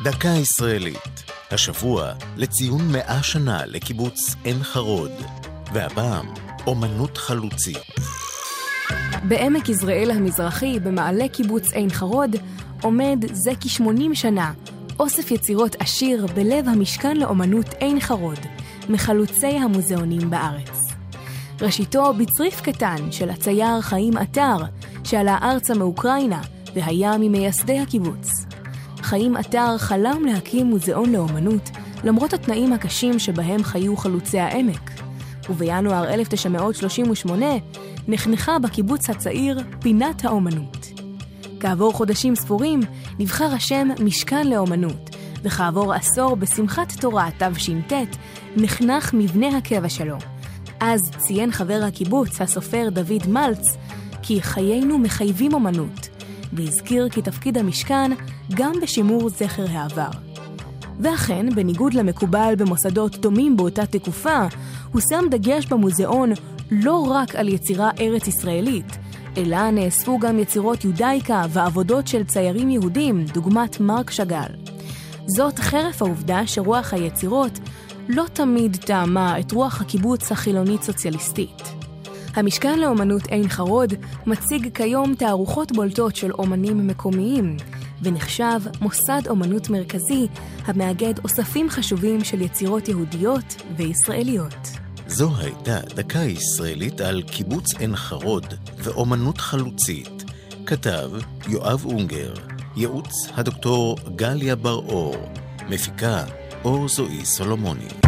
דקה ישראלית, השבוע לציון 100 שנה לקיבוץ עין חרוד, והפעם אומנות חלוצית. בעמק יזרעאל המזרחי, במעלה קיבוץ עין חרוד, עומד זה כ-80 שנה אוסף יצירות עשיר בלב המשכן לאומנות עין חרוד, מחלוצי המוזיאונים בארץ. ראשיתו בצריף קטן של הצייר חיים אתר, שעלה ארצה מאוקראינה והיה ממייסדי הקיבוץ. חיים אתר חלם להקים מוזיאון לאומנות למרות התנאים הקשים שבהם חיו חלוצי העמק, ובינואר 1938 נחנכה בקיבוץ הצעיר פינת האומנות. כעבור חודשים ספורים נבחר השם משכן לאומנות, וכעבור עשור בשמחת תורה תש"ט נחנך מבנה הקבע שלו. אז ציין חבר הקיבוץ, הסופר דוד מלץ, כי חיינו מחייבים אומנות, והזכיר כי תפקיד המשכן גם בשימור זכר העבר. ואכן, בניגוד למקובל במוסדות דומים באותה תקופה, הוא שם דגש במוזיאון לא רק על יצירה ארץ ישראלית, אלא נאספו גם יצירות יודאיקה ועבודות של ציירים יהודים, דוגמת מרק שגל. זאת חרף העובדה שרוח היצירות לא תמיד טעמה את רוח הקיבוץ החילונית סוציאליסטית. המשכן לאומנות עין חרוד מציג כיום תערוכות בולטות של אומנים מקומיים, ונחשב מוסד אומנות מרכזי המאגד אוספים חשובים של יצירות יהודיות וישראליות. זו הייתה דקה ישראלית על קיבוץ עין חרוד ואומנות חלוצית. כתב יואב אונגר, ייעוץ הדוקטור גליה בר-אור, מפיקה אור זועי סולומוני.